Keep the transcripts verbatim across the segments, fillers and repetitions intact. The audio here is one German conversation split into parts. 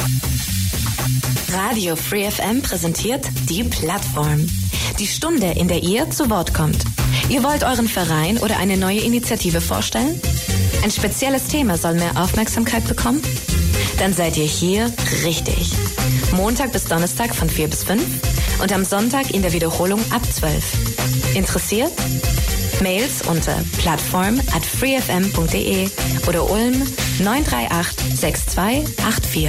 Radio Free F M präsentiert die Plattform. Die Stunde, in der ihr zu Wort kommt. Ihr wollt euren Verein oder eine neue Initiative vorstellen? Ein spezielles Thema soll mehr Aufmerksamkeit bekommen? Dann seid ihr hier richtig. Montag bis Donnerstag von vier bis fünf und am Sonntag in der Wiederholung ab zwölf. Interessiert? Mails unter plattform at freefm punkt de oder Ulm neun drei acht sechs zwei acht vier.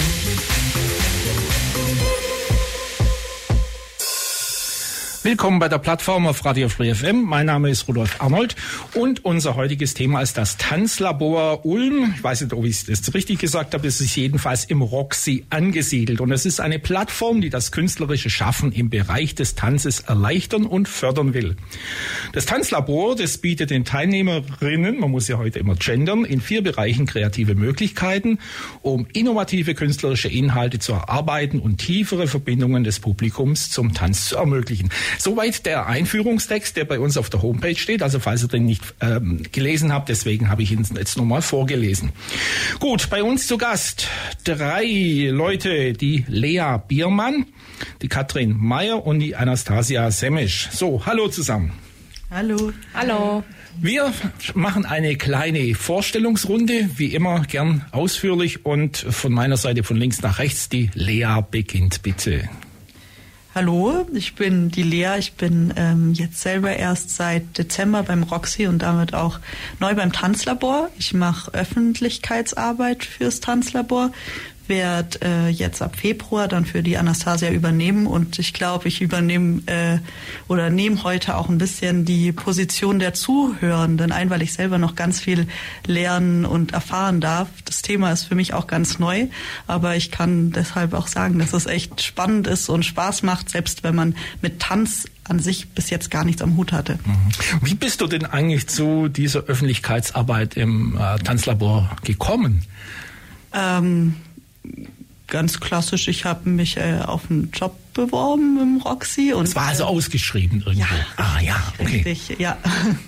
Willkommen bei der Plattform auf Radio Free F M. Mein Name ist Rudolf Arnold und unser heutiges Thema ist das Tanzlabor Ulm. Ich weiß nicht, ob ich das richtig gesagt habe. Es ist jedenfalls im Roxy angesiedelt und es ist eine Plattform, die das künstlerische Schaffen im Bereich des Tanzes erleichtern und fördern will. Das Tanzlabor, das bietet den Teilnehmerinnen, man muss ja heute immer gendern, in vier Bereichen kreative Möglichkeiten, um innovative künstlerische Inhalte zu erarbeiten und tiefere Verbindungen des Publikums zum Tanz zu ermöglichen. Soweit der Einführungstext, der bei uns auf der Homepage steht. Also falls ihr den nicht ähm, gelesen habt, deswegen habe ich ihn jetzt nochmal vorgelesen. Gut, bei uns zu Gast drei Leute, die Lea Biermann, die Katrin Meyer und die Anastasia Semisch. So, hallo zusammen. Hallo. Hallo. Wir machen eine kleine Vorstellungsrunde, wie immer gern ausführlich und von meiner Seite von links nach rechts die Lea beginnt, bitte. Hallo, ich bin die Lea. Ich bin ähm, jetzt selber erst seit Dezember beim Roxy und damit auch neu beim Tanzlabor. Ich mache Öffentlichkeitsarbeit fürs Tanzlabor, werde äh, jetzt ab Februar dann für die Anastasia übernehmen und ich glaube, ich übernehme äh, oder nehme heute auch ein bisschen die Position der Zuhörenden ein, weil ich selber noch ganz viel lernen und erfahren darf. Das Thema ist für mich auch ganz neu, aber ich kann deshalb auch sagen, dass es echt spannend ist und Spaß macht, selbst wenn man mit Tanz an sich bis jetzt gar nichts am Hut hatte. Wie bist du denn eigentlich zu dieser Öffentlichkeitsarbeit im äh, Tanzlabor gekommen? Ähm, Ganz klassisch, ich habe mich äh, auf einen Job beworben im Roxy. Und, das war also ausgeschrieben irgendwo? Ja, ah ja, okay. Richtig, ja.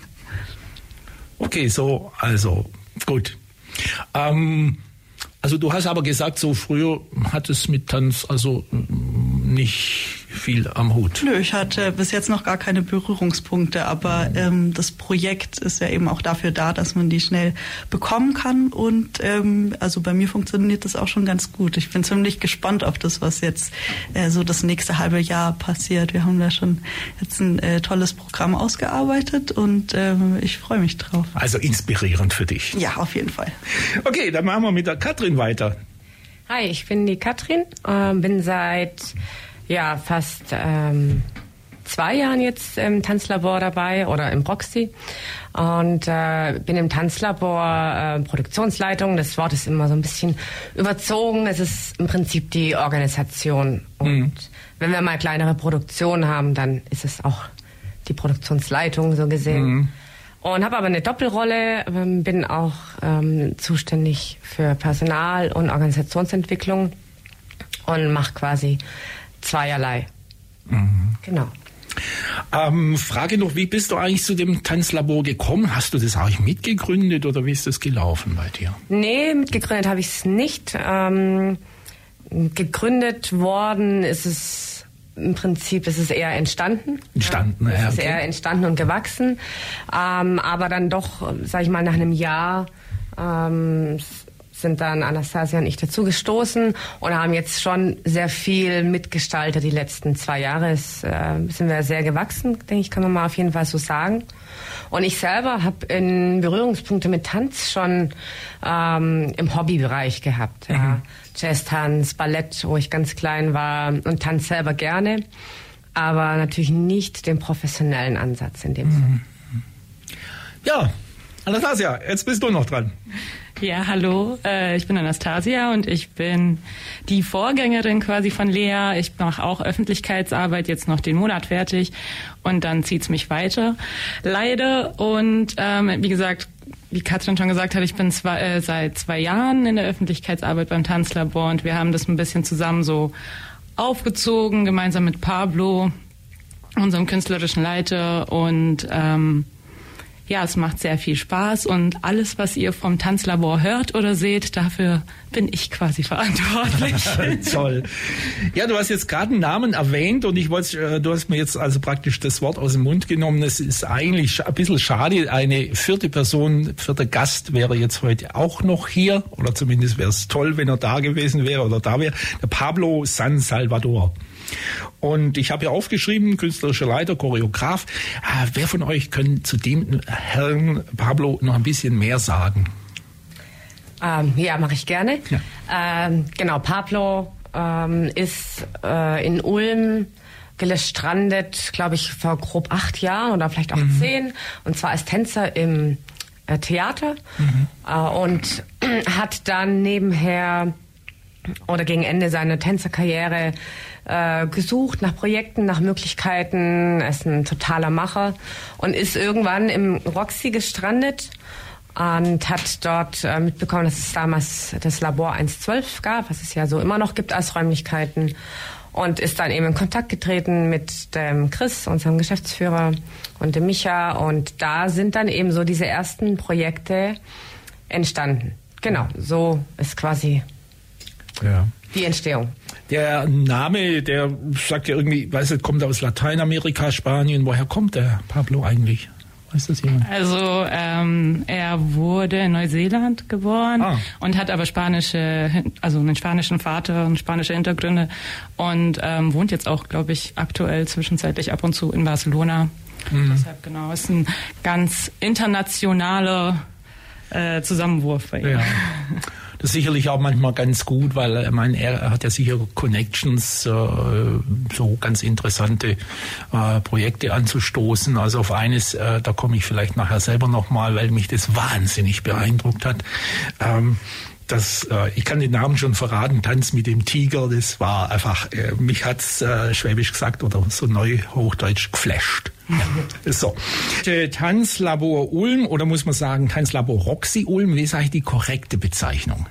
Okay, so, also gut. Ähm, also du hast aber gesagt, so früher hat es mit Tanz also nicht viel am Hut. Nö, ich hatte bis jetzt noch gar keine Berührungspunkte, aber ähm, das Projekt ist ja eben auch dafür da, dass man die schnell bekommen kann und ähm, also bei mir funktioniert das auch schon ganz gut. Ich bin ziemlich gespannt auf das, was jetzt äh, so das nächste halbe Jahr passiert. Wir haben da schon jetzt ein äh, tolles Programm ausgearbeitet und ähm, ich freue mich drauf. Also inspirierend für dich. Ja, auf jeden Fall. Okay, dann machen wir mit der Katrin weiter. Hi, ich bin die Katrin, äh, bin seit ja fast ähm, zwei Jahren jetzt im Tanzlabor dabei oder im Roxy und äh, bin im Tanzlabor äh, Produktionsleitung. Das Wort ist immer so ein bisschen überzogen. Es ist im Prinzip die Organisation und mhm. wenn wir mal kleinere Produktionen haben, dann ist es auch die Produktionsleitung so gesehen. Mhm. Und habe aber eine Doppelrolle, ähm, bin auch ähm, zuständig für Personal- und Organisationsentwicklung und mache quasi zweierlei. Mhm. Genau. Ähm, Frage noch, wie bist du eigentlich zu dem Tanzlabor gekommen? Hast du das eigentlich mitgegründet oder wie ist das gelaufen bei dir? Nee, mitgegründet habe ich es nicht. Ähm, gegründet worden ist es im Prinzip, ist es eher entstanden. Entstanden, ja. Es ja. ist Okay. eher entstanden und gewachsen. Ähm, aber dann doch, sag ich mal, nach einem Jahr ähm, sind dann Anastasia und ich dazu gestoßen und haben jetzt schon sehr viel mitgestaltet die letzten zwei Jahre. Es, äh, sind wir sehr gewachsen, denke ich, kann man mal auf jeden Fall so sagen. Und ich selber habe in Berührungspunkte mit Tanz schon ähm, im Hobbybereich gehabt. Ja. Mhm. Jazz-Tanz, Ballett, wo ich ganz klein war und Tanz selber gerne, aber natürlich nicht den professionellen Ansatz in dem mhm. Sinne. Ja, Anastasia, jetzt bist du noch dran. Ja, hallo, äh, ich bin Anastasia und ich bin die Vorgängerin quasi von Lea. Ich mache auch Öffentlichkeitsarbeit, jetzt noch den Monat fertig und dann zieht's mich weiter. Leider und ähm, wie gesagt, wie Katrin schon gesagt hat, ich bin zwei, äh, seit zwei Jahren in der Öffentlichkeitsarbeit beim Tanzlabor und wir haben das ein bisschen zusammen so aufgezogen, gemeinsam mit Pablo, unserem künstlerischen Leiter und ähm, ja, es macht sehr viel Spaß und alles, was ihr vom Tanzlabor hört oder seht, dafür bin ich quasi verantwortlich. Toll. Ja, du hast jetzt gerade einen Namen erwähnt und ich wollte, du hast mir jetzt also praktisch das Wort aus dem Mund genommen. Es ist eigentlich ein bisschen schade. Eine vierte Person, vierter Gast wäre jetzt heute auch noch hier oder zumindest wäre es toll, wenn er da gewesen wäre oder da wäre. Der Pablo San Salvador. Und ich habe ja aufgeschrieben, künstlerischer Leiter, Choreograf. Äh, wer von euch kann zu dem Herrn Pablo noch ein bisschen mehr sagen? Ähm, ja, mache ich gerne. Ja. Ähm, genau, Pablo ähm, ist äh, in Ulm gestrandet, glaube ich, vor grob acht Jahren oder vielleicht auch mhm. zehn. Und zwar als Tänzer im äh, Theater. Mhm. Äh, und hat dann nebenher oder gegen Ende seiner Tänzerkarriere äh, gesucht nach Projekten, nach Möglichkeiten. Er ist ein totaler Macher und ist irgendwann im Roxy gestrandet und hat dort äh, mitbekommen, dass es damals das Labor eins zwölf gab, was es ja so immer noch gibt als Räumlichkeiten, und ist dann eben in Kontakt getreten mit dem Chris, unserem Geschäftsführer, und dem Micha, und da sind dann eben so diese ersten Projekte entstanden. Genau, so ist quasi ja. die Entstehung. Der Name, der sagt ja irgendwie, weiß nicht, kommt aus Lateinamerika, Spanien. Woher kommt der Pablo eigentlich? Weiß das jemand? Also ähm, er wurde in Neuseeland geboren ah. und hat aber spanische, also einen spanischen Vater und spanische Hintergründe und ähm, wohnt jetzt auch, glaube ich, aktuell zwischenzeitlich ab und zu in Barcelona. Mhm. Deshalb genau, ist ein ganz internationaler äh, Zusammenwurf bei ihm. Ja. Das ist sicherlich auch manchmal ganz gut, weil ich meine, er hat ja sicher Connections, äh, so ganz interessante äh, Projekte anzustoßen. Also auf eines, äh, da komme ich vielleicht nachher selber nochmal, weil mich das wahnsinnig beeindruckt hat. Ähm, Das, äh, ich kann den Namen schon verraten, Tanz mit dem Tiger, das war einfach, äh, mich hat's äh, schwäbisch gesagt oder so neu hochdeutsch geflasht. Ja. So. Tanzlabor Ulm, oder muss man sagen Tanzlabor Roxy Ulm, wie ist eigentlich die korrekte Bezeichnung?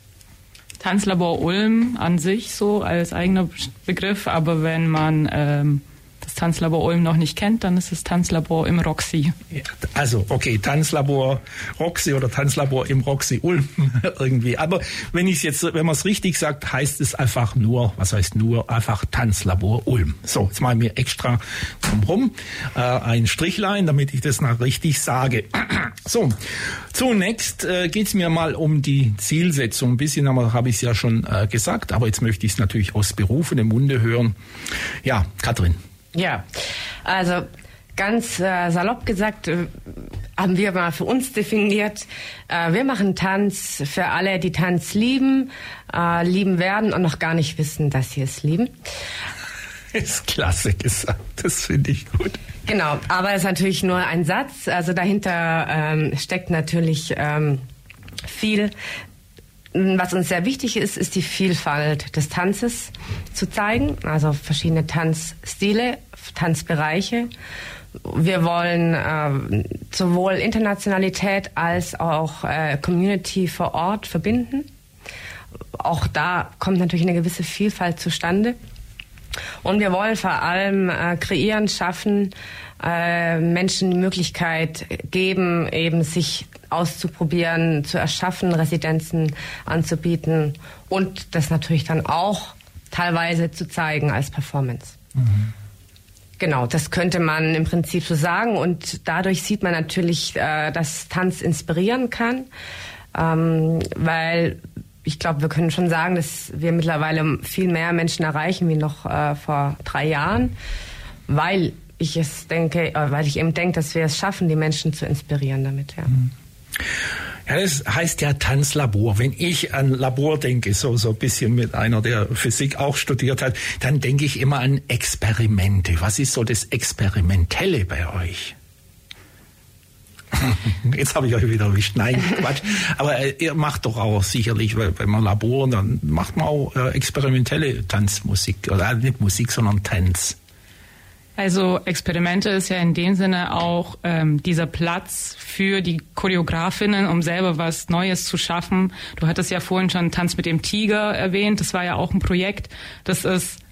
Tanzlabor Ulm an sich so als eigener Begriff, aber wenn man ähm, das Tanzlabor Ulm noch nicht kennt, dann ist es Tanzlabor im Roxy. Ja, also, okay, Tanzlabor Roxy oder Tanzlabor im Roxy Ulm irgendwie. Aber wenn ich es jetzt, wenn man es richtig sagt, heißt es einfach nur, was heißt nur, einfach Tanzlabor Ulm. So, jetzt machen wir extra drumherum äh, ein Strichlein, damit ich das noch richtig sage. So, zunächst äh, geht es mir mal um die Zielsetzung. Ein bisschen habe ich es ja schon äh, gesagt, aber jetzt möchte ich es natürlich aus berufenem Munde hören. Ja, Katrin. Ja, also ganz äh, salopp gesagt, äh, haben wir mal für uns definiert, äh, wir machen Tanz für alle, die Tanz lieben, äh, lieben werden und noch gar nicht wissen, dass sie es lieben. Ist klasse gesagt, das finde ich gut. Genau, aber es ist natürlich nur ein Satz, also dahinter ähm, steckt natürlich ähm, viel. Was uns sehr wichtig ist, ist die Vielfalt des Tanzes zu zeigen, also verschiedene Tanzstile, Tanzbereiche. Wir wollen äh, sowohl Internationalität als auch äh, Community vor Ort verbinden. Auch da kommt natürlich eine gewisse Vielfalt zustande. Und wir wollen vor allem äh, kreieren, schaffen, äh, Menschen die Möglichkeit geben, eben sich auszuprobieren, zu erschaffen, Residenzen anzubieten und das natürlich dann auch teilweise zu zeigen als Performance. Mhm. Genau, das könnte man im Prinzip so sagen, und dadurch sieht man natürlich, äh, dass Tanz inspirieren kann, ähm, weil ich glaube, wir können schon sagen, dass wir mittlerweile viel mehr Menschen erreichen wie noch äh, vor drei Jahren, weil ich es denke, äh, weil ich eben denke, dass wir es schaffen, die Menschen zu inspirieren damit. Ja. Ja, das heißt ja Tanzlabor. Wenn ich an Labor denke, so so ein bisschen mit einer, der Physik auch studiert hat, dann denke ich immer an Experimente. Was ist so das Experimentelle bei euch? Jetzt habe ich euch wieder erwischt. Nein, Quatsch. Aber äh, ihr macht doch auch sicherlich, weil wenn man Labor, dann macht man auch äh, experimentelle Tanzmusik. Oder äh, nicht Musik, sondern Tanz. Also Experimente ist ja in dem Sinne auch ähm, dieser Platz für die Choreografinnen, um selber was Neues zu schaffen. Du hattest ja vorhin schon Tanz mit dem Tiger erwähnt. Das war ja auch ein Projekt. Das ist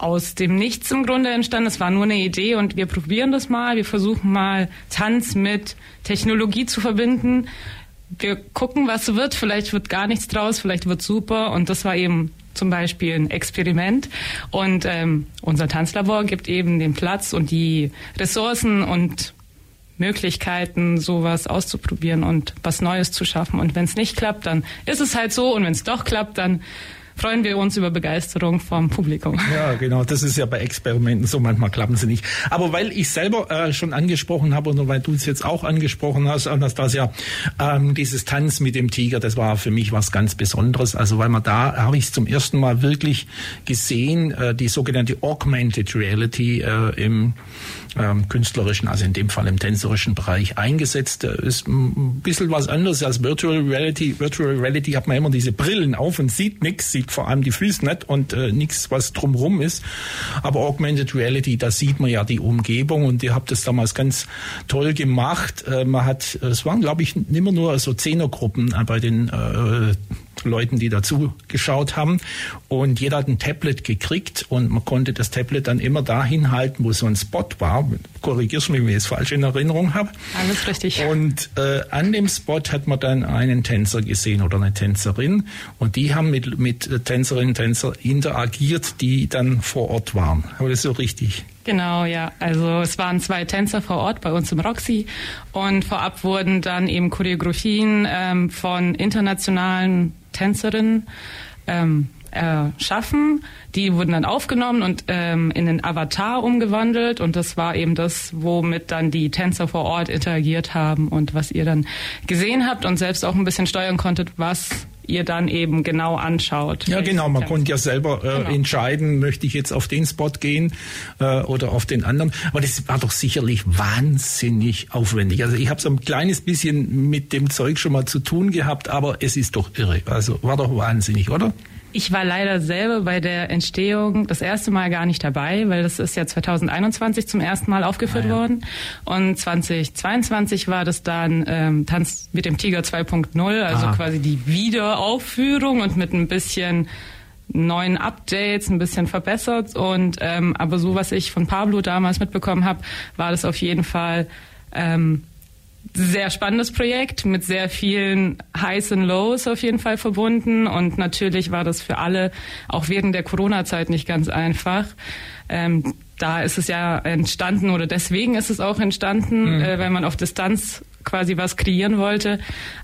aus dem Nichts im Grunde entstanden. Es war nur eine Idee und wir probieren das mal. Wir versuchen mal Tanz mit Technologie zu verbinden. Wir gucken, was wird. Vielleicht wird gar nichts draus, vielleicht wird super. Und das war eben zum Beispiel ein Experiment. Und ähm, unser Tanzlabor gibt eben den Platz und die Ressourcen und Möglichkeiten, sowas auszuprobieren und was Neues zu schaffen. Und wenn es nicht klappt, dann ist es halt so. Und wenn es doch klappt, dann freuen wir uns über Begeisterung vom Publikum. Ja, genau. Das ist ja bei Experimenten so. Manchmal klappen sie nicht. Aber weil ich selber äh, schon angesprochen habe und weil du es jetzt auch angesprochen hast, Anastasia, ähm, dieses Tanz mit dem Tiger, das war für mich was ganz Besonderes. Also weil man da habe ich es zum ersten Mal wirklich gesehen, äh, die sogenannte Augmented Reality äh, im ähm, künstlerischen, also in dem Fall im tänzerischen Bereich eingesetzt. Äh, ist ein bisschen was anderes als Virtual Reality. Virtual Reality hat man immer diese Brillen auf und sieht nichts, sieht vor allem die Füße nicht und äh, nichts, was drumherum ist. Aber Augmented Reality, da sieht man ja die Umgebung und ihr habt das damals ganz toll gemacht. Äh, man hat, es waren, glaube ich, immer nur so Zehnergruppen bei den äh, Leuten, die dazu geschaut haben. Und jeder hat ein Tablet gekriegt und man konnte das Tablet dann immer dahin halten, wo so ein Spot war. Korrigierst mich, wenn ich es falsch in Erinnerung habe. Alles richtig. Und äh, an dem Spot hat man dann einen Tänzer gesehen oder eine Tänzerin. Und die haben mit, mit Tänzerinnen und Tänzern interagiert, die dann vor Ort waren. Aber das ist so richtig. Genau, ja. Also es waren zwei Tänzer vor Ort bei uns im Roxy und vorab wurden dann eben Choreografien ähm, von internationalen Tänzerinnen ähm, erschaffen. Die wurden dann aufgenommen und ähm, in den Avatar umgewandelt und das war eben das, womit dann die Tänzer vor Ort interagiert haben und was ihr dann gesehen habt und selbst auch ein bisschen steuern konntet, was ihr dann eben genau anschaut. Ja, genau. Man konnte ja selber äh, genau. entscheiden, möchte ich jetzt auf den Spot gehen äh, oder auf den anderen. Aber das war doch sicherlich wahnsinnig aufwendig. Also ich habe so ein kleines bisschen mit dem Zeug schon mal zu tun gehabt, aber es ist doch irre. Also war doch wahnsinnig, oder? Ich war leider selber bei der Entstehung das erste Mal gar nicht dabei, weil das ist ja zwanzig einundzwanzig zum ersten Mal aufgeführt ah, ja. worden. Und zwanzig zweiundzwanzig war das dann ähm, Tanz mit dem Tiger zwei Punkt null, also ah. quasi die Wiederaufführung und mit ein bisschen neuen Updates, ein bisschen verbessert. Und ähm, aber so, was ich von Pablo damals mitbekommen habe, war das auf jeden Fall ähm, sehr spannendes Projekt mit sehr vielen Highs und Lows auf jeden Fall verbunden und natürlich war das für alle auch während der Corona-Zeit nicht ganz einfach. Ähm, da ist es ja entstanden oder deswegen ist es auch entstanden, mhm. äh, weil man auf Distanz quasi was kreieren wollte.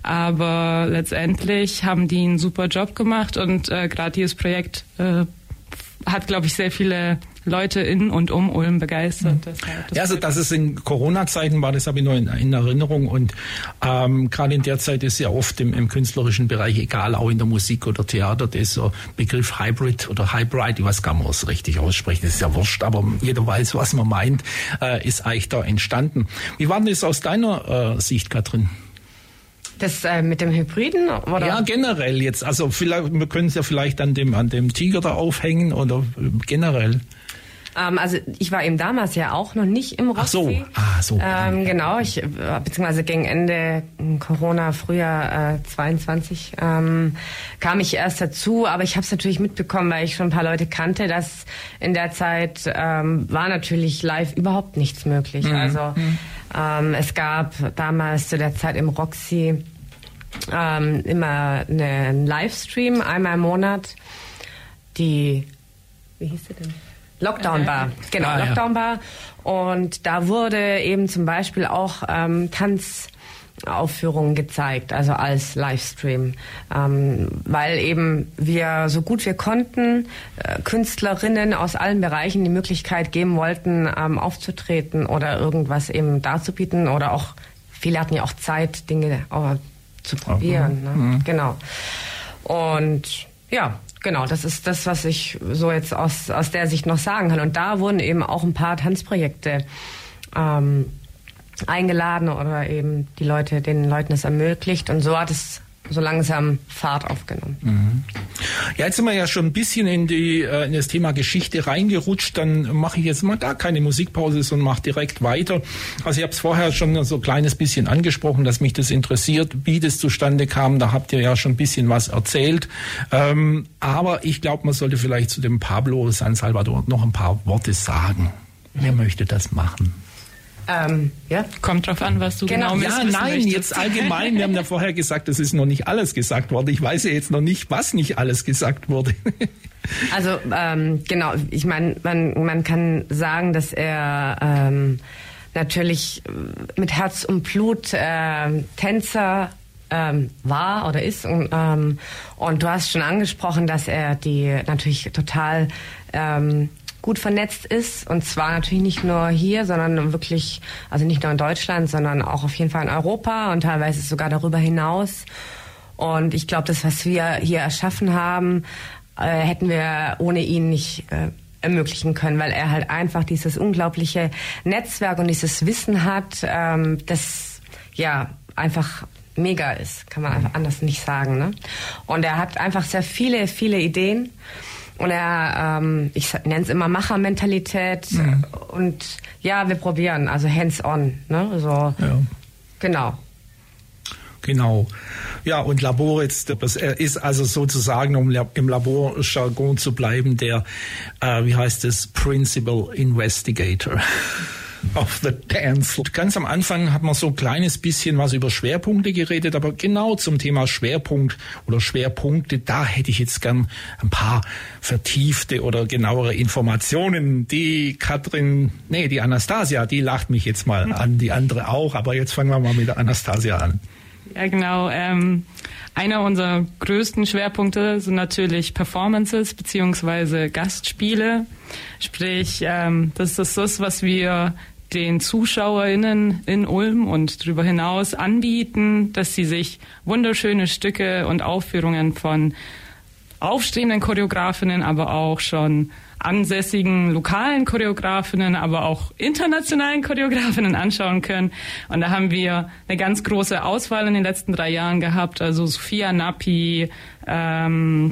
Aber letztendlich haben die einen super Job gemacht und äh, gerade dieses Projekt äh, hat, glaube ich, sehr viele Leute in und um Ulm begeistert. Mhm. Das ja, also das ist in Corona-Zeiten war, das habe ich noch in, in Erinnerung und ähm, gerade in der Zeit ist ja oft im, im künstlerischen Bereich, egal, auch in der Musik oder Theater, der so Begriff Hybrid oder Hybrid, ich weiß gar nicht, was richtig aussprechen, das ist ja wurscht, aber jeder weiß, was man meint, äh, ist eigentlich da entstanden. Wie war denn das aus deiner äh, Sicht, Katrin? Das äh, mit dem Hybriden? Oder? Ja, generell jetzt. Also vielleicht, wir können es ja vielleicht an dem, an dem Tiger da aufhängen oder generell. Ähm, also ich war eben damals ja auch noch nicht im Roxy. Ach so, ah, so. Ähm, genau, ich, beziehungsweise gegen Ende Corona, Frühjahr äh, zweiundzwanzig, ähm, kam ich erst dazu, aber ich habe es natürlich mitbekommen, weil ich schon ein paar Leute kannte, dass in der Zeit ähm, war natürlich live überhaupt nichts möglich. Mhm. Also mhm. Ähm, es gab damals zu der Zeit im Roxy ähm, immer einen Livestream, einmal im Monat, die, wie hieß sie denn? Lockdown Bar, genau, ah, Lockdown Bar. Und da wurde eben zum Beispiel auch ähm, Tanzaufführungen gezeigt, also als Livestream, ähm, weil eben wir so gut wir konnten äh, Künstlerinnen aus allen Bereichen die Möglichkeit geben wollten, ähm, aufzutreten oder irgendwas eben darzubieten oder auch, viele hatten ja auch Zeit, Dinge äh, zu probieren. Ne? Mhm. Genau. Und ja, genau, das ist das, was ich so jetzt aus, aus der Sicht noch sagen kann. Und da wurden eben auch ein paar Tanzprojekte ähm, eingeladen oder eben die Leute, den Leuten es ermöglicht. Und so hat es so langsam Fahrt aufgenommen. Mhm. Ja, jetzt sind wir ja schon ein bisschen in, die, in das Thema Geschichte reingerutscht. Dann mache ich jetzt mal gar keine Musikpause, sondern mache direkt weiter. Also ich habe es vorher schon so ein kleines bisschen angesprochen, dass mich das interessiert, wie das zustande kam. Da habt ihr ja schon ein bisschen was erzählt. Ähm, aber ich glaube, man sollte vielleicht zu dem Pablo San Salvador noch ein paar Worte sagen. Wer möchte das machen? Ähm, ja. Kommt drauf an, was du genau, genau Ja, nein, möchtest. Jetzt allgemein. Wir haben ja vorher gesagt, es ist noch nicht alles gesagt worden. Ich weiß ja jetzt noch nicht, was nicht alles gesagt wurde. Also ähm, genau, ich meine, man, man kann sagen, dass er ähm, natürlich mit Herz und Blut äh, Tänzer ähm, war oder ist. Und, ähm, und du hast schon angesprochen, dass er die natürlich total ähm, gut vernetzt ist, und zwar natürlich nicht nur hier, sondern wirklich, also nicht nur in Deutschland, sondern auch auf jeden Fall in Europa und teilweise sogar darüber hinaus. Und ich glaube, das, was wir hier erschaffen haben, äh, hätten wir ohne ihn nicht äh, ermöglichen können, weil er halt einfach dieses unglaubliche Netzwerk und dieses Wissen hat, ähm, das ja einfach mega ist, kann man einfach anders nicht sagen, ne? Und er hat einfach sehr viele, viele Ideen. Und er, ähm, ich nenne es immer Machermentalität. Mhm. Und ja, wir probieren, also hands-on. Ne? So, ja. Genau. Genau. Ja, und Labor jetzt, er ist also sozusagen, um im Laborjargon zu bleiben, der, äh, wie heißt es, Principal Investigator of the Dance. Ganz am Anfang hat man so ein kleines bisschen was über Schwerpunkte geredet, aber genau zum Thema Schwerpunkt oder Schwerpunkte, da hätte ich jetzt gern ein paar vertiefte oder genauere Informationen. Die Katrin, nee, die Anastasia, die lacht mich jetzt mal an, die andere auch, aber jetzt fangen wir mal mit der Anastasia an. Ja, genau. Ähm, einer unserer größten Schwerpunkte sind natürlich Performances beziehungsweise Gastspiele. Sprich, ähm, das ist das, was wir den ZuschauerInnen in Ulm und darüber hinaus anbieten, dass sie sich wunderschöne Stücke und Aufführungen von aufstrebenden Choreografinnen, aber auch schon ansässigen lokalen Choreografinnen, aber auch internationalen Choreografinnen anschauen können. Und da haben wir eine ganz große Auswahl in den letzten drei Jahren gehabt. Also Sophia Nappi, ähm,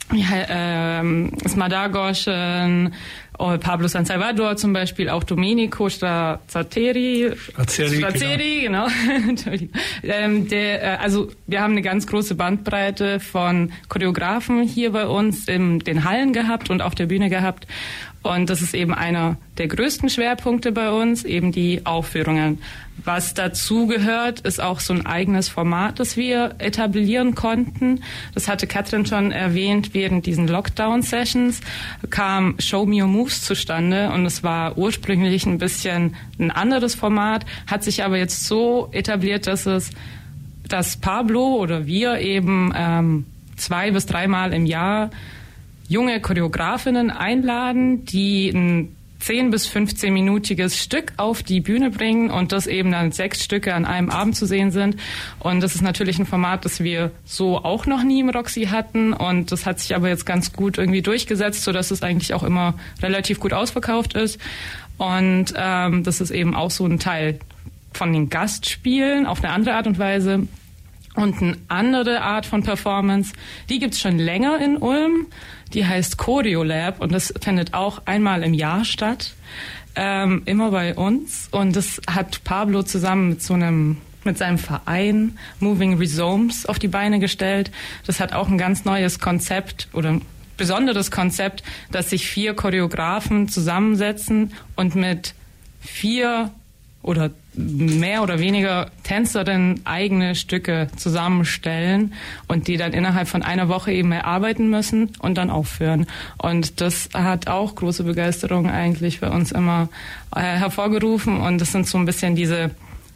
ja, ähm, Smadagoshen, Pablo San Salvador zum Beispiel, auch Domenico Strazzeri, Strazzeri, genau. genau. ähm, der, also wir haben eine ganz große Bandbreite von Choreografen hier bei uns in den Hallen gehabt und auf der Bühne gehabt. Und das ist eben einer der größten Schwerpunkte bei uns, eben die Aufführungen. Was dazu gehört, ist auch so ein eigenes Format, das wir etablieren konnten. Das hatte Katrin schon erwähnt, während diesen Lockdown-Sessions kam Show Me Your Moves zustande und es war ursprünglich ein bisschen ein anderes Format, hat sich aber jetzt so etabliert, dass es, dass Pablo oder wir eben ähm, zwei bis dreimal im Jahr junge Choreografinnen einladen, die ein zehn bis fünfzehn-minütiges Stück auf die Bühne bringen und das eben dann sechs Stücke an einem Abend zu sehen sind. Und das ist natürlich ein Format, das wir so auch noch nie im Roxy hatten und das hat sich aber jetzt ganz gut irgendwie durchgesetzt, sodass es eigentlich auch immer relativ gut ausverkauft ist. Und ähm, das ist eben auch so ein Teil von den Gastspielen auf eine andere Art und Weise. Und eine andere Art von Performance, die gibt's schon länger in Ulm. Die heißt Choreo Lab und das findet auch einmal im Jahr statt, ähm, immer bei uns. Und das hat Pablo zusammen mit so einem mit seinem Verein Moving Rhizomes auf die Beine gestellt. Das hat auch ein ganz neues Konzept oder ein besonderes Konzept, dass sich vier Choreografen zusammensetzen und mit vier oder mehr oder weniger Tänzerinnen eigene Stücke zusammenstellen und die dann innerhalb von einer Woche eben erarbeiten müssen und dann aufführen. Und das hat auch große Begeisterung eigentlich bei uns immer äh, hervorgerufen und das sind so ein bisschen diese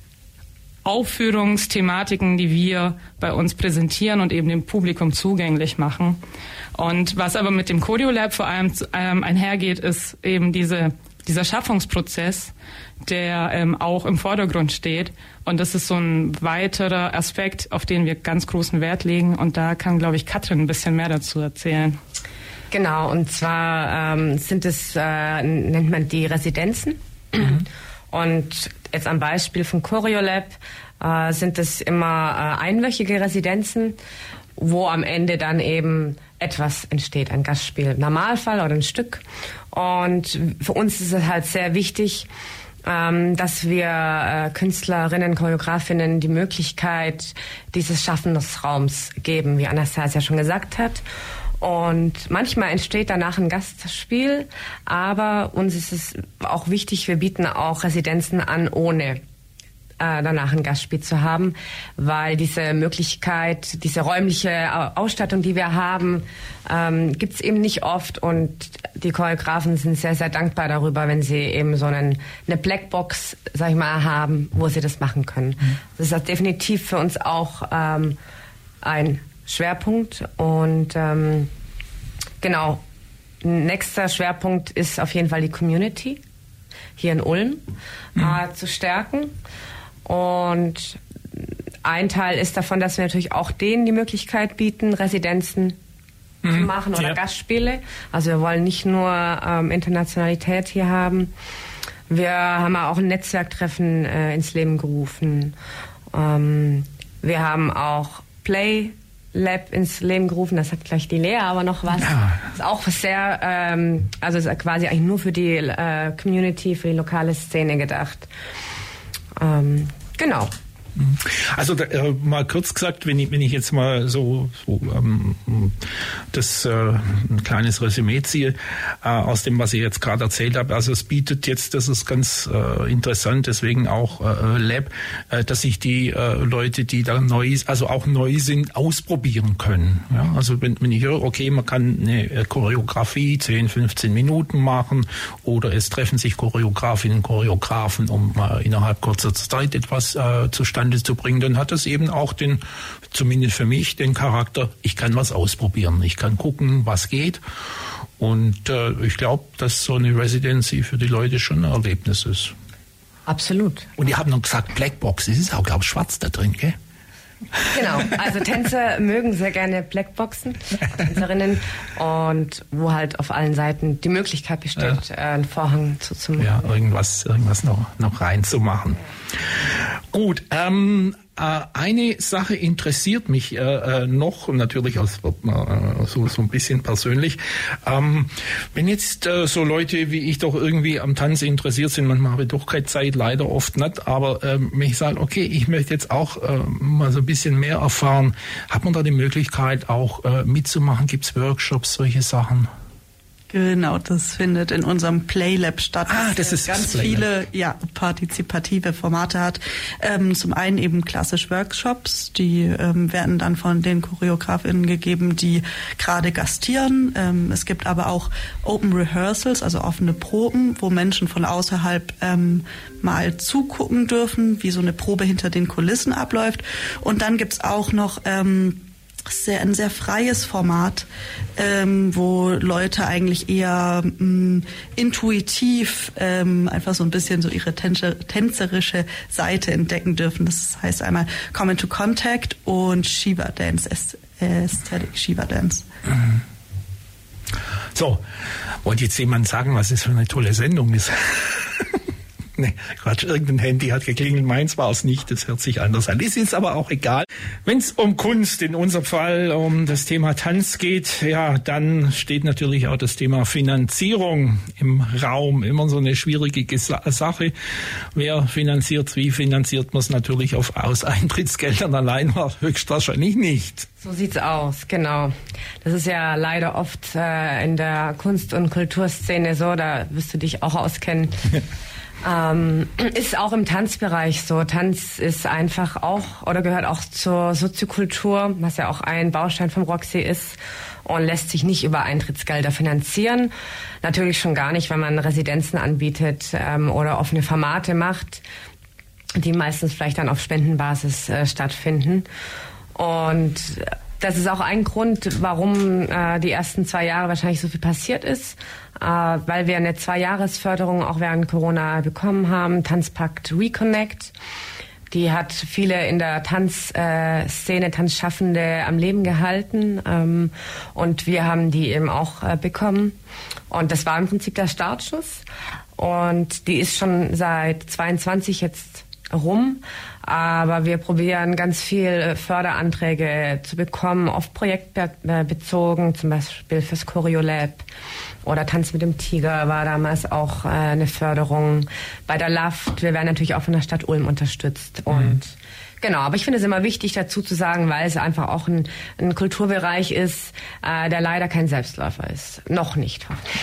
Aufführungsthematiken, die wir bei uns präsentieren und eben dem Publikum zugänglich machen. Und was aber mit dem Choreo Lab vor allem ähm, einhergeht, ist eben diese dieser Schaffungsprozess, der ähm, auch im Vordergrund steht. Und das ist so ein weiterer Aspekt, auf den wir ganz großen Wert legen. Und da kann, glaube ich, Katrin ein bisschen mehr dazu erzählen. Genau, und zwar ähm, sind es, äh, nennt man die Residenzen. Mhm. Und jetzt am Beispiel von Choreolab äh, sind es immer äh, einwöchige Residenzen, wo am Ende dann eben etwas entsteht, ein Gastspiel, im Normalfall oder ein Stück. Und für uns ist es halt sehr wichtig, ähm, dass wir äh, Künstlerinnen, Choreografinnen die Möglichkeit dieses Schaffen des Raums geben, wie Anastasia schon gesagt hat. Und manchmal entsteht danach ein Gastspiel, aber uns ist es auch wichtig, wir bieten auch Residenzen an, ohne äh, danach ein Gastspiel zu haben, weil diese Möglichkeit, diese räumliche Ausstattung, die wir haben, ähm, gibt's eben nicht oft, und die Choreografen sind sehr, sehr dankbar darüber, wenn sie eben so einen, eine Blackbox, sag ich mal, haben, wo sie das machen können. Mhm. Das ist definitiv für uns auch ähm, ein Schwerpunkt. Und ähm, genau, nächster Schwerpunkt ist auf jeden Fall die Community hier in Ulm mhm. äh, zu stärken. Und ein Teil ist davon, dass wir natürlich auch denen die Möglichkeit bieten, Residenzen mhm. zu machen oder ja. Gastspiele. Also wir wollen nicht nur ähm, Internationalität hier haben. Wir haben auch ein Netzwerktreffen äh, ins Leben gerufen. Ähm, wir haben auch Play Lab ins Leben gerufen, das hat gleich die Lea aber noch was. Ja. Ist auch sehr, ähm, also ist quasi eigentlich nur für die äh, Community, für die lokale Szene gedacht. Ähm, genau. Also da, äh, mal kurz gesagt, wenn ich, wenn ich jetzt mal so, so ähm, das äh, ein kleines Resümee ziehe äh, aus dem, was ich jetzt gerade erzählt habe. Also es bietet jetzt, das ist ganz äh, interessant, deswegen auch äh, Lab, äh, dass sich die äh, Leute, die da neu, also auch neu sind, ausprobieren können. Ja? Also wenn, wenn ich höre, okay, man kann eine Choreografie zehn, fünfzehn Minuten machen, oder es treffen sich Choreografinnen und Choreografen, um äh, innerhalb kurzer Zeit etwas äh, zustande zu bringen, dann hat das eben auch den, zumindest für mich, den Charakter, ich kann was ausprobieren, ich kann gucken, was geht, und äh, ich glaube, dass so eine Residency für die Leute schon ein Erlebnis ist. Absolut. Und ihr habt noch gesagt, Blackbox, es ist auch, glaube ich, schwarz da drin, gell? Genau, also Tänzer mögen sehr gerne Blackboxen, Tänzerinnen, und wo halt auf allen Seiten die Möglichkeit besteht, ja. einen Vorhang zuzumachen. Ja, irgendwas, irgendwas noch, noch reinzumachen. Gut, ähm, äh, eine Sache interessiert mich äh, noch, und natürlich als, äh, so, so ein bisschen persönlich. Ähm, wenn jetzt äh, so Leute wie ich doch irgendwie am Tanz interessiert sind, manchmal habe ich doch keine Zeit, leider oft nicht, aber ähm, wenn ich sage, okay, ich möchte jetzt auch äh, mal so ein bisschen mehr erfahren, hat man da die Möglichkeit auch äh, mitzumachen? Gibt es Workshops, solche Sachen? Genau, das findet in unserem Playlab statt, ah, das ist ganz das viele ja, partizipative Formate hat. Ähm, zum einen eben klassisch Workshops, die ähm, werden dann von den ChoreografInnen gegeben, die gerade gastieren. Ähm, es gibt aber auch Open Rehearsals, also offene Proben, wo Menschen von außerhalb ähm, mal zugucken dürfen, wie so eine Probe hinter den Kulissen abläuft. Und dann gibt's auch noch ähm, Sehr, ein sehr freies Format, ähm, wo Leute eigentlich eher mh, intuitiv ähm, einfach so ein bisschen so ihre tänzer, tänzerische Seite entdecken dürfen. Das heißt einmal Come into Contact und Shiva Dance, Aesthetic Shiva Dance. Mhm. So, wollte jetzt jemand sagen, was das für eine tolle Sendung ist? Nee, Quatsch, irgendein Handy hat geklingelt, meins war es nicht, das hört sich anders an. Ist jetzt aber auch egal. Wenn es um Kunst, in unserem Fall um das Thema Tanz geht, ja, dann steht natürlich auch das Thema Finanzierung im Raum. Immer so eine schwierige Gesa- Sache. Wer finanziert, wie finanziert man es? Natürlich auf, aus Eintrittsgeldern allein war höchstwahrscheinlich nicht. So sieht's aus, genau. Das ist ja leider oft äh, in der Kunst- und Kulturszene so, da wirst du dich auch auskennen. Ähm, ist auch im Tanzbereich so. Tanz ist einfach auch oder gehört auch zur Soziokultur, was ja auch ein Baustein vom Roxy ist, und lässt sich nicht über Eintrittsgelder finanzieren. Natürlich schon gar nicht, wenn man Residenzen anbietet ähm, oder offene Formate macht, die meistens vielleicht dann auf Spendenbasis äh, stattfinden. Und das ist auch ein Grund, warum äh, die ersten zwei Jahre wahrscheinlich so viel passiert ist, äh, weil wir eine Zwei-Jahres-Förderung auch während Corona bekommen haben, Tanzpakt Reconnect. Die hat viele in der Tanzszene, äh, Tanzschaffende am Leben gehalten, ähm, und wir haben die eben auch äh, bekommen. Und das war im Prinzip der Startschuss. und die ist schon seit zweiundzwanzig jetzt rum, aber wir probieren ganz viel Förderanträge zu bekommen, oft projektbezogen, zum Beispiel fürs Choreolab oder Tanz mit dem Tiger war damals auch eine Förderung. Bei der L A F T, wir werden natürlich auch von der Stadt Ulm unterstützt und mhm. Genau, aber ich finde es immer wichtig dazu zu sagen, weil es einfach auch ein, ein Kulturbereich ist, äh, der leider kein Selbstläufer ist. Noch nicht.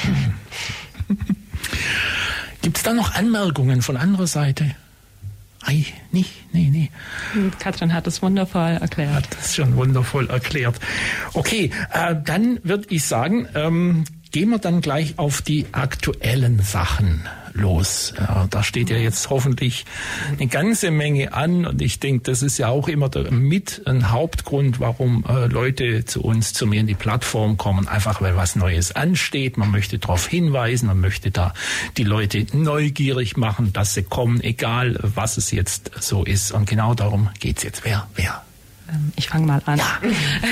Gibt es da noch Anmerkungen von anderer Seite? Ei, nicht, nee, nee. Katrin hat es wundervoll erklärt. Hat es schon wundervoll erklärt. Okay, äh, dann würde ich sagen, ähm, gehen wir dann gleich auf die aktuellen Sachen los. Ja, da steht ja jetzt hoffentlich eine ganze Menge an und ich denke, das ist ja auch immer der, mit ein Hauptgrund, warum äh, Leute zu uns, zu mir in die Plattform kommen, einfach weil was Neues ansteht. Man möchte darauf hinweisen, man möchte da die Leute neugierig machen, dass sie kommen, egal was es jetzt so ist. Und genau darum geht's jetzt. Wer, wer? Ich fange mal an. Ja.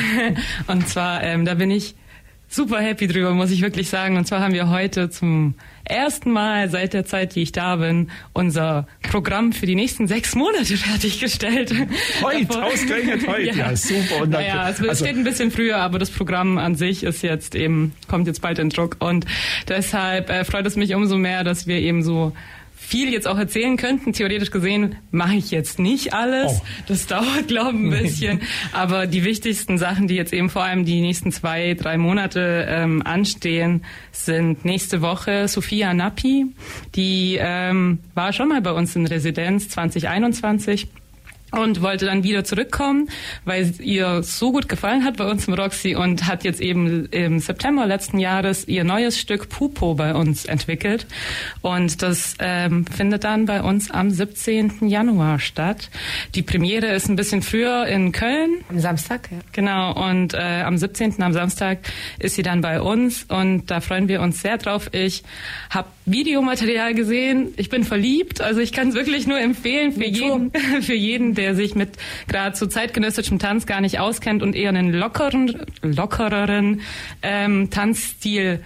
Und zwar, ähm, da bin ich super happy drüber, muss ich wirklich sagen. Und zwar haben wir heute zum ersten Mal seit der Zeit, die ich da bin, unser Programm für die nächsten sechs Monate fertiggestellt. Heute, ausgerechnet heute. Ja, ja super. Und naja, es also steht ein bisschen früher, aber das Programm an sich ist jetzt eben, kommt jetzt bald in Druck. Und deshalb äh, freut es mich umso mehr, dass wir eben so viel jetzt auch erzählen könnten. Theoretisch gesehen mache ich jetzt nicht alles. Oh. Das dauert, glaube ich, ein bisschen. Aber die wichtigsten Sachen, die jetzt eben vor allem die nächsten zwei, drei Monate ähm, anstehen, sind nächste Woche Sophia Nappi. Die ähm, war schon mal bei uns in Residenz zwanzig einundzwanzig. Und wollte dann wieder zurückkommen, weil es ihr so gut gefallen hat bei uns im Roxy und hat jetzt eben im September letzten Jahres ihr neues Stück Pupo bei uns entwickelt. Und das ähm, findet dann bei uns am siebzehnten Januar statt. Die Premiere ist ein bisschen früher in Köln. Am Samstag, ja. Genau, und äh, am siebzehnten am Samstag ist sie dann bei uns und da freuen wir uns sehr drauf. Ich habe Videomaterial gesehen, ich bin verliebt, also ich kann es wirklich nur empfehlen für jeden, für jeden, der der sich mit gerade so zeitgenössischem Tanz gar nicht auskennt und eher einen lockeren, lockereren ähm, Tanzstil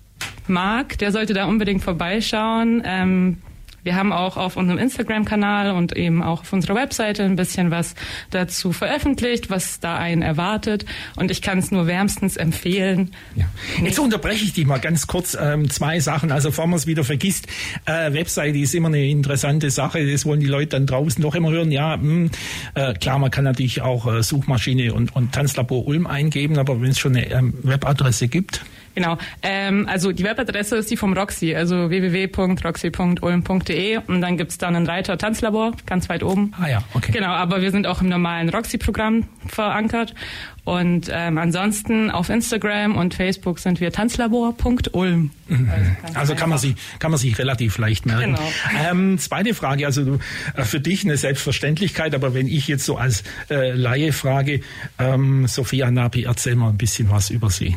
mag, der sollte da unbedingt vorbeischauen. Ähm, wir haben auch auf unserem Instagram-Kanal und eben auch auf unserer Webseite ein bisschen was dazu veröffentlicht, was da einen erwartet. Und ich kann es nur wärmstens empfehlen. Ja. Jetzt unterbreche ich dich mal ganz kurz. Ähm, zwei Sachen. Also bevor man es wieder vergisst, äh, Webseite ist immer eine interessante Sache. Das wollen die Leute dann draußen doch immer hören. Ja, mh, äh, klar, man kann natürlich auch äh, Suchmaschine und, und Tanzlabor Ulm eingeben, aber wenn es schon eine ähm, Webadresse gibt. Genau, ähm, also die Webadresse ist die vom Roxy, also w w w punkt roxy punkt ulm punkt d e und dann gibt's dann einen Reiter Tanzlabor, ganz weit oben. Ah ja, okay. Genau, aber wir sind auch im normalen Roxy-Programm verankert und ähm, ansonsten auf Instagram und Facebook sind wir tanzlabor punkt ulm. Mhm. Also, also kann man sich kann man sich relativ leicht merken. Genau. Ähm, zweite Frage, also du, äh, für dich eine Selbstverständlichkeit, aber wenn ich jetzt so als äh, Laie frage, ähm, Sophia Nappi, erzähl mal ein bisschen was über sie.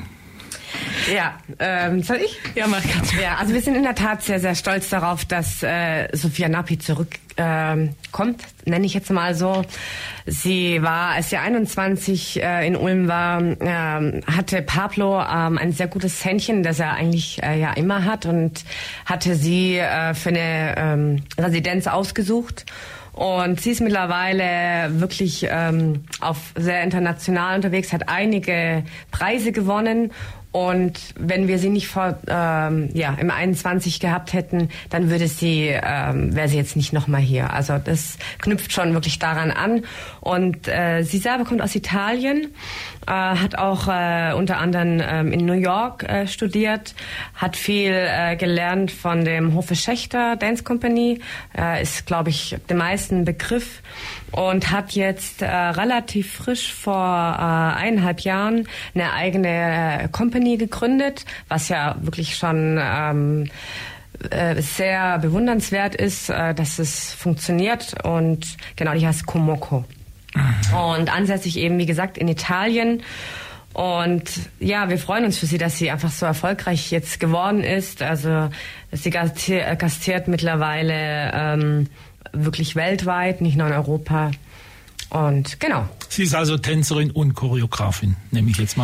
Ja, ähm, soll ich? Ja, mach ich. Ja, also wir sind in der Tat sehr, sehr stolz darauf, dass äh, Sophia Nappi zurückkommt, ähm, nenne ich jetzt mal so. Sie war, als sie einundzwanzig äh, in Ulm war, ähm, hatte Pablo ähm, ein sehr gutes Händchen, das er eigentlich äh, ja immer hat, und hatte sie äh, für eine ähm, Residenz ausgesucht. Und sie ist mittlerweile wirklich ähm, auf sehr international unterwegs, hat einige Preise gewonnen. Und wenn wir sie nicht vor, ähm, ja, im einundzwanzig gehabt hätten, dann würde sie, ähm, wäre sie jetzt nicht nochmal hier. Also das knüpft schon wirklich daran an. Und äh, sie selber kommt aus Italien, äh, hat auch äh, unter anderem ähm, in New York äh, studiert, hat viel äh, gelernt von dem Hofe Schächter Dance Company, äh, ist, glaube ich, dem meisten Begriff. Und hat jetzt äh, relativ frisch vor äh, eineinhalb Jahren eine eigene äh, Company gegründet, was ja wirklich schon ähm, äh, sehr bewundernswert ist, äh, dass es funktioniert. Und genau, die heißt Komoko. Mhm. Und ansässig eben, wie gesagt, in Italien. Und ja, wir freuen uns für sie, dass sie einfach so erfolgreich jetzt geworden ist. Also sie gastiert, gastiert mittlerweile ähm, wirklich weltweit, nicht nur in Europa. Und genau. Sie ist also Tänzerin und Choreografin, nehme ich jetzt mal an.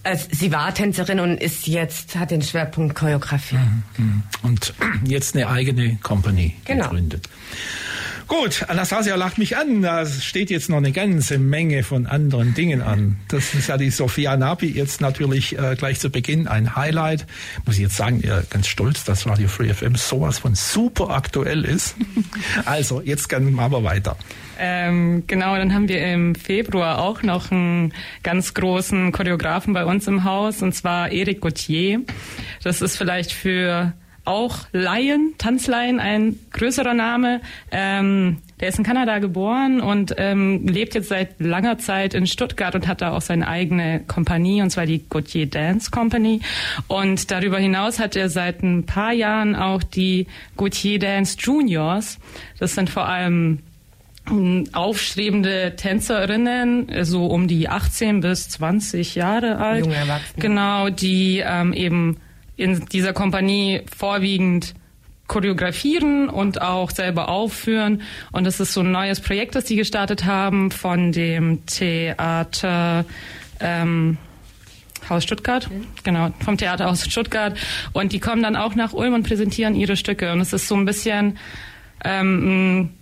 Also, sie war Tänzerin und ist jetzt, hat den Schwerpunkt Choreografie. Und jetzt eine eigene Company genau. gegründet. Gut, Anastasia lacht mich an. Da steht jetzt noch eine ganze Menge von anderen Dingen an. Das ist ja die Sophia Napi jetzt natürlich äh, gleich zu Beginn ein Highlight. Muss ich jetzt sagen, ja, ganz stolz, dass Radio Free F M sowas von super aktuell ist. Also, jetzt machen wir weiter. Ähm, genau, dann haben wir im Februar auch noch einen ganz großen Choreografen bei uns im Haus, und zwar Eric Gauthier. Das ist vielleicht für auch Laien, Tanzlaien, ein größerer Name. Ähm, der ist in Kanada geboren und ähm, lebt jetzt seit langer Zeit in Stuttgart und hat da auch seine eigene Kompanie, und zwar die Gauthier Dance Company. Und darüber hinaus hat er seit ein paar Jahren auch die Gauthier Dance Juniors. Das sind vor allem aufstrebende Tänzerinnen, so um die achtzehn bis zwanzig Jahre alt. Junge Erwachsene. Genau, die ähm, eben in dieser Kompanie vorwiegend choreografieren und auch selber aufführen. Und das ist so ein neues Projekt, das sie gestartet haben von dem Theater ähm, Haus Stuttgart, mhm. genau, vom Theaterhaus Stuttgart. Und die kommen dann auch nach Ulm und präsentieren ihre Stücke. Und es ist so ein bisschen ähm, ein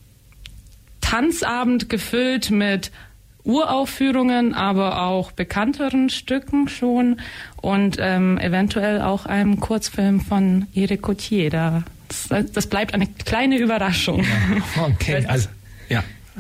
Tanzabend gefüllt mit Uraufführungen, aber auch bekannteren Stücken schon und ähm, eventuell auch einem Kurzfilm von Eric Gauthier. Da, das, das bleibt eine kleine Überraschung. Ja, okay, also, ja.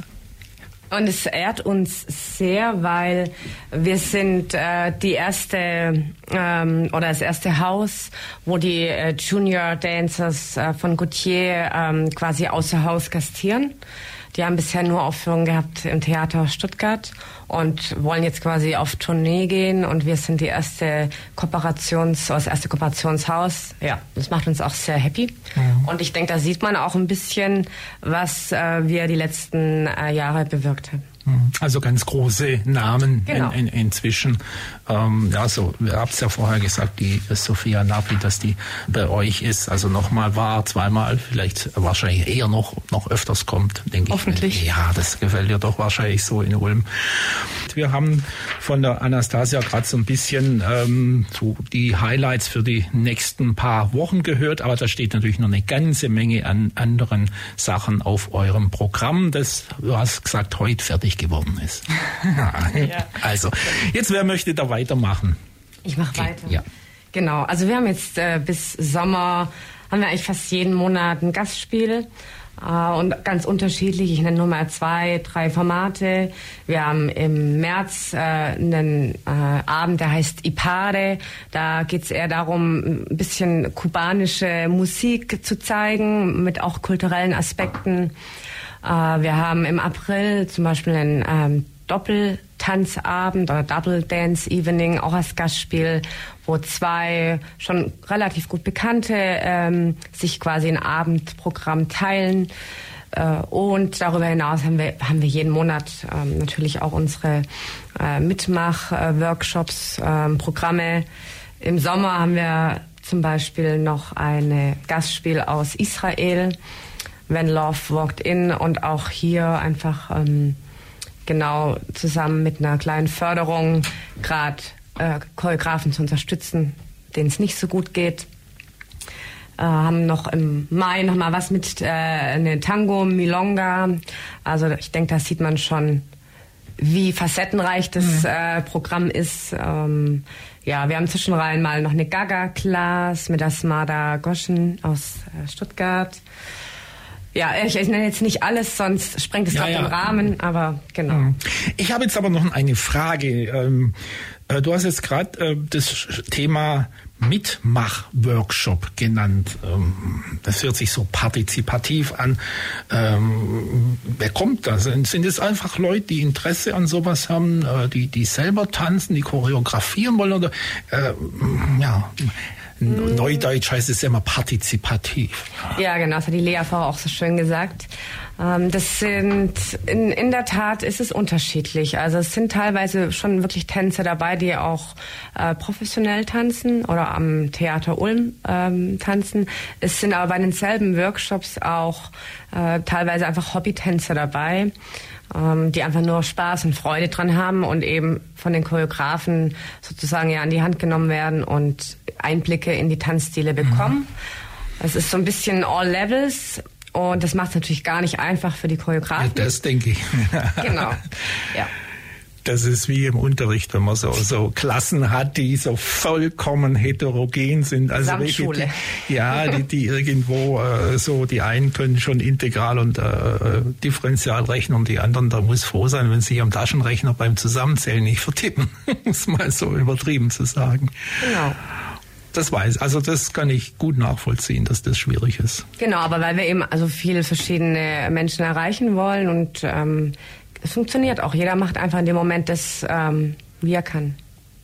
Und es ehrt uns sehr, weil wir sind äh, die erste ähm, oder das erste Haus, wo die äh, Junior Dancers äh, von Gauthier ähm, quasi außer Haus gastieren. Die haben bisher nur Aufführungen gehabt im Theater Stuttgart und wollen jetzt quasi auf Tournee gehen, und wir sind die erste Kooperations, das erste Kooperationshaus. Ja, das macht uns auch sehr happy. Mhm. Und ich denke, da sieht man auch ein bisschen, was äh, wir die letzten äh, Jahre bewirkt haben. Also ganz große Namen genau. in, in, inzwischen. Ähm, ja, so, ihr habt es ja vorher gesagt, die Sophia Napi, dass die bei euch ist, also nochmal war, zweimal, vielleicht wahrscheinlich eher noch, noch öfters kommt, denke ich. Hoffentlich. Ja, das gefällt dir doch wahrscheinlich so in Ulm. Wir haben von der Anastasia gerade so ein bisschen ähm, so die Highlights für die nächsten paar Wochen gehört, aber da steht natürlich noch eine ganze Menge an anderen Sachen auf eurem Programm, das, du hast gesagt, heute fertig geworden ist. Ja. Also, jetzt wer möchte da weitermachen? Ich mache okay. weiter. Ja. Genau, also wir haben jetzt äh, bis Sommer, haben wir eigentlich fast jeden Monat ein Gastspiel. Uh, und ganz unterschiedlich, ich nenne nur mal zwei, drei Formate. Wir haben im März äh, einen äh, Abend, der heißt Ipare. Da geht es eher darum, ein bisschen kubanische Musik zu zeigen, mit auch kulturellen Aspekten. Uh, wir haben im April zum Beispiel einen ähm, Doppeltanzabend oder Double Dance Evening, auch als Gastspiel, wo zwei schon relativ gut Bekannte ähm, sich quasi ein Abendprogramm teilen. Äh, und darüber hinaus haben wir, haben wir jeden Monat ähm, natürlich auch unsere äh, Mitmach-Workshops, äh, Programme. Im Sommer haben wir zum Beispiel noch ein Gastspiel aus Israel, When Love Walked In, und auch hier einfach ähm, genau zusammen mit einer kleinen Förderung gerade äh, Choreografen zu unterstützen, denen es nicht so gut geht. Äh, haben noch im Mai noch mal was mit äh, eine Tango Milonga. Also ich denke, da sieht man schon, wie facettenreich das mhm. äh, Programm ist. Ähm, ja, wir haben zwischenrein mal noch eine Gaga-Class mit Asmada Goschen aus äh, Stuttgart. Ja, ich, ich nenne jetzt nicht alles, sonst sprengt es ja, ja. den Rahmen, aber genau. Ich habe jetzt aber noch eine Frage. Ähm, äh, du hast jetzt gerade äh, das Thema Mitmach-Workshop genannt. Ähm, das hört sich so partizipativ an. Ähm, wer kommt da? Sind, sind es einfach Leute, die Interesse an sowas haben, äh, die, die selber tanzen, die choreografieren wollen? Oder äh, ja... Neudeutsch heißt es immer partizipativ. Ja, genau, das hat die Lea vorher auch so schön gesagt. Ähm, das sind, in, in der Tat ist es unterschiedlich. Also es sind teilweise schon wirklich Tänzer dabei, die auch äh, professionell tanzen oder am Theater Ulm ähm, tanzen. Es sind aber bei denselben Workshops auch äh, teilweise einfach Hobbytänzer dabei. ähm, die einfach nur Spaß und Freude dran haben und eben von den Choreografen sozusagen ja an die Hand genommen werden und Einblicke in die Tanzstile bekommen. Es ist so ein bisschen all levels und das macht es natürlich gar nicht einfach für die Choreografen. Ja, das denke ich. Genau, ja. Das ist wie im Unterricht, wenn man so, so Klassen hat, die so vollkommen heterogen sind. Also welche, die, ja, die, die irgendwo äh, so, die einen können schon integral und äh, differenzial rechnen und die anderen, da muss froh sein, wenn sie am Taschenrechner beim Zusammenzählen nicht vertippen, muss mal so übertrieben zu sagen. Genau. Das weiß, also das kann ich gut nachvollziehen, dass das schwierig ist. Genau, aber weil wir eben also viele verschiedene Menschen erreichen wollen und ähm, es funktioniert auch. Jeder macht einfach in dem Moment das, ähm, wie er kann.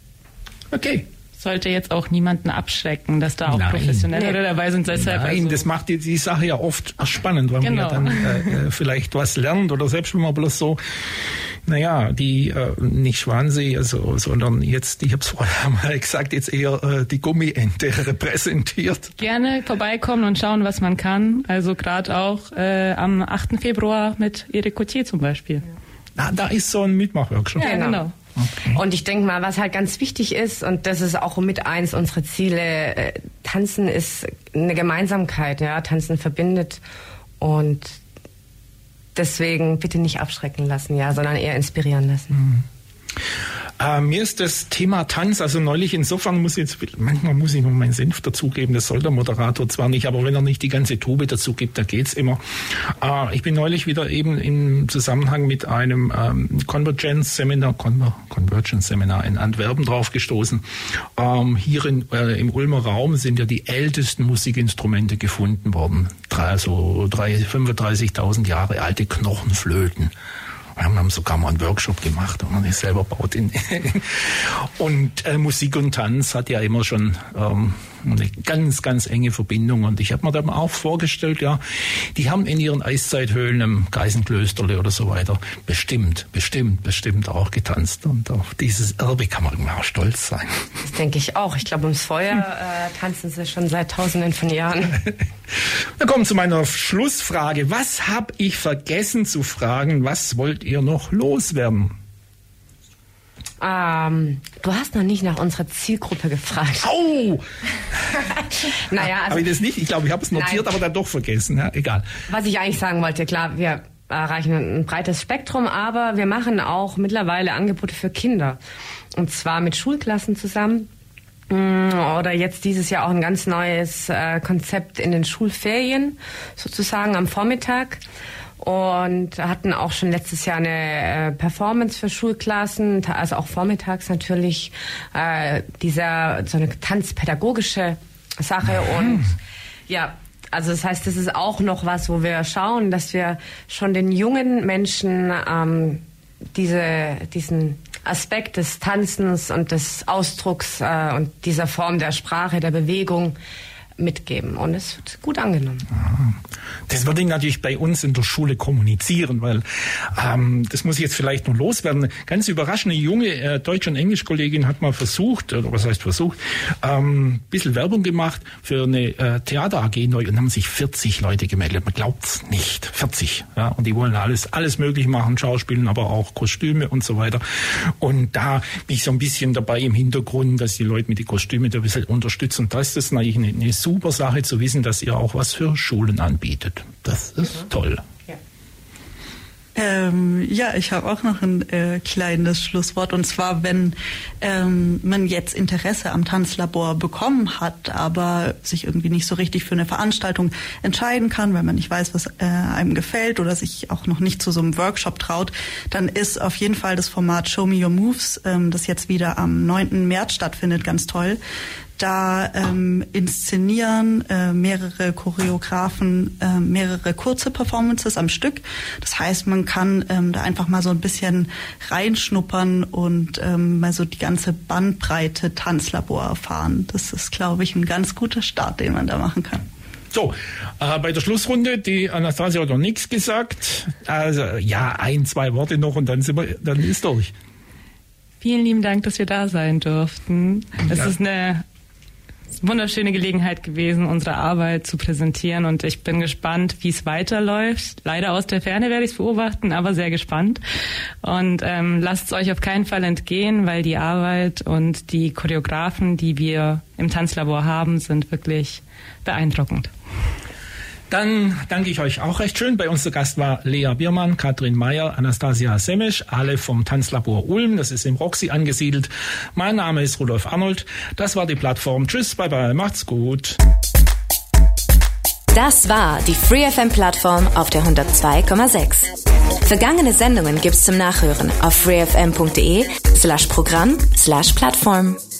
Okay. Sollte jetzt auch niemanden abschrecken, dass da auch Nein. Professionelle Nee. dabei sind. Deshalb Nein, also das macht die, die Sache ja oft spannend, weil Genau. man ja dann äh, vielleicht was lernt oder selbst wenn man bloß so, naja, die äh, nicht Schwansee, also, sondern jetzt, ich habe es vorher mal gesagt, jetzt eher äh, die Gummiente repräsentiert. gerne vorbeikommen und schauen, was man kann. Also gerade auch äh, am achten Februar mit Eric Coutier zum Beispiel. Na, da ist so ein Mitmachworkshop. Ja, genau. Okay. Und ich denke mal, was halt ganz wichtig ist, und das ist auch mit eins unserer Ziele, äh, Tanzen ist eine Gemeinsamkeit, ja, Tanzen verbindet und deswegen bitte nicht abschrecken lassen, ja, sondern eher inspirieren lassen. Mhm. Äh, mir ist das Thema Tanz, also neulich insofern muss ich jetzt, manchmal muss ich noch meinen Senf dazugeben, das soll der Moderator zwar nicht, aber wenn er nicht die ganze Tube dazu gibt, da geht's immer. Äh, ich bin neulich wieder eben im Zusammenhang mit einem ähm, Convergence-Seminar, Conver Convergence-Seminar in Antwerpen drauf gestoßen. Ähm, hier in, äh, im Ulmer Raum sind ja die ältesten Musikinstrumente gefunden worden. Drei, also fünfunddreißigtausend Jahre alte Knochenflöten. Wir haben sogar mal einen Workshop gemacht, wo man es selber baut. In, und äh, Musik und Tanz hat ja immer schon ähm, eine ganz, ganz enge Verbindung. Und ich habe mir dann auch vorgestellt, ja, die haben in ihren Eiszeithöhlen im Geisenklösterle oder so weiter bestimmt, bestimmt, bestimmt auch getanzt. Und auf dieses Erbe kann man irgendwie auch stolz sein. Das denke ich auch. Ich glaube, ums Feuer äh, tanzen sie schon seit Tausenden von Jahren. Wir kommen zu meiner Schlussfrage. Was habe ich vergessen zu fragen? Was wollt ihr noch loswerden? Ähm, du hast noch nicht nach unserer Zielgruppe gefragt. Au! Naja, also, habe ich das nicht? Ich glaube, ich habe es notiert, Nein. aber dann doch vergessen. Ja, egal. was ich eigentlich sagen wollte, klar, wir erreichen ein breites Spektrum, aber wir machen auch mittlerweile Angebote für Kinder. Und zwar mit Schulklassen zusammen. Oder jetzt dieses Jahr auch ein ganz neues äh, Konzept in den Schulferien, sozusagen am Vormittag. Und hatten auch schon letztes Jahr eine äh, Performance für Schulklassen, also auch vormittags natürlich, äh, dieser so eine tanzpädagogische Sache. Mhm. Und ja, also das heißt, das ist auch noch was, wo wir schauen, dass wir schon den jungen Menschen ähm, diese, diesen Aspekt des Tanzens und des Ausdrucks äh, und dieser Form der Sprache, der Bewegung mitgeben. Und es wird gut angenommen. Das würde ich natürlich bei uns in der Schule kommunizieren, weil ähm, das muss ich jetzt vielleicht noch loswerden. Eine ganz überraschende junge äh, Deutsch- und Englischkollegin hat mal versucht, oder was heißt versucht, ähm, ein bisschen Werbung gemacht für eine äh, Theater-A G neu und haben sich vierzig Leute gemeldet. Man glaubt's nicht. vierzig. Ja, und die wollen alles, alles möglich machen, Schauspielen, aber auch Kostüme und so weiter. Und da bin ich so ein bisschen dabei im Hintergrund, dass die Leute mit den Kostümen da ein bisschen unterstützen. Da ist das natürlich eine, eine super Sache zu wissen, dass ihr auch was für Schulen anbietet. Das ist mhm. toll. Ja, ähm, ja ich habe auch noch ein äh, kleines Schlusswort. Und zwar, wenn ähm, man jetzt Interesse am Tanzlabor bekommen hat, aber sich irgendwie nicht so richtig für eine Veranstaltung entscheiden kann, weil man nicht weiß, was äh, einem gefällt oder sich auch noch nicht zu so einem Workshop traut, dann ist auf jeden Fall das Format Show Me Your Moves, ähm, das jetzt wieder am neunten März stattfindet, ganz toll. Da ähm, inszenieren äh, mehrere Choreografen äh, mehrere kurze Performances am Stück. Das heißt, man kann ähm, da einfach mal so ein bisschen reinschnuppern und ähm, mal so die ganze Bandbreite Tanzlabor erfahren. Das ist, glaube ich, ein ganz guter Start, den man da machen kann. So, äh, bei der Schlussrunde, die Anastasia hat noch nichts gesagt. Also ja, ein, zwei Worte noch und dann sind wir, dann ist durch. Vielen lieben Dank, dass wir da sein durften. Es Ja. ist eine wunderschöne Gelegenheit gewesen, unsere Arbeit zu präsentieren und ich bin gespannt, wie es weiterläuft. Leider aus der Ferne werde ich es beobachten, aber sehr gespannt. Und ähm, lasst es euch auf keinen Fall entgehen, weil die Arbeit und die Choreografen, die wir im Tanzlabor haben, sind wirklich beeindruckend. Dann danke ich euch auch recht schön. Bei uns zu Gast war Lea Biermann, Katrin Meyer, Anastasia Semisch, alle vom Tanzlabor Ulm. Das ist im Roxy angesiedelt. Mein Name ist Rudolf Arnold. Das war die Plattform. Tschüss, bye bye, macht's gut. Das war die Free F M-Plattform auf der hundertzwei Komma sechs. Vergangene Sendungen gibt's zum Nachhören auf freefm.de slash Programm slash Plattform.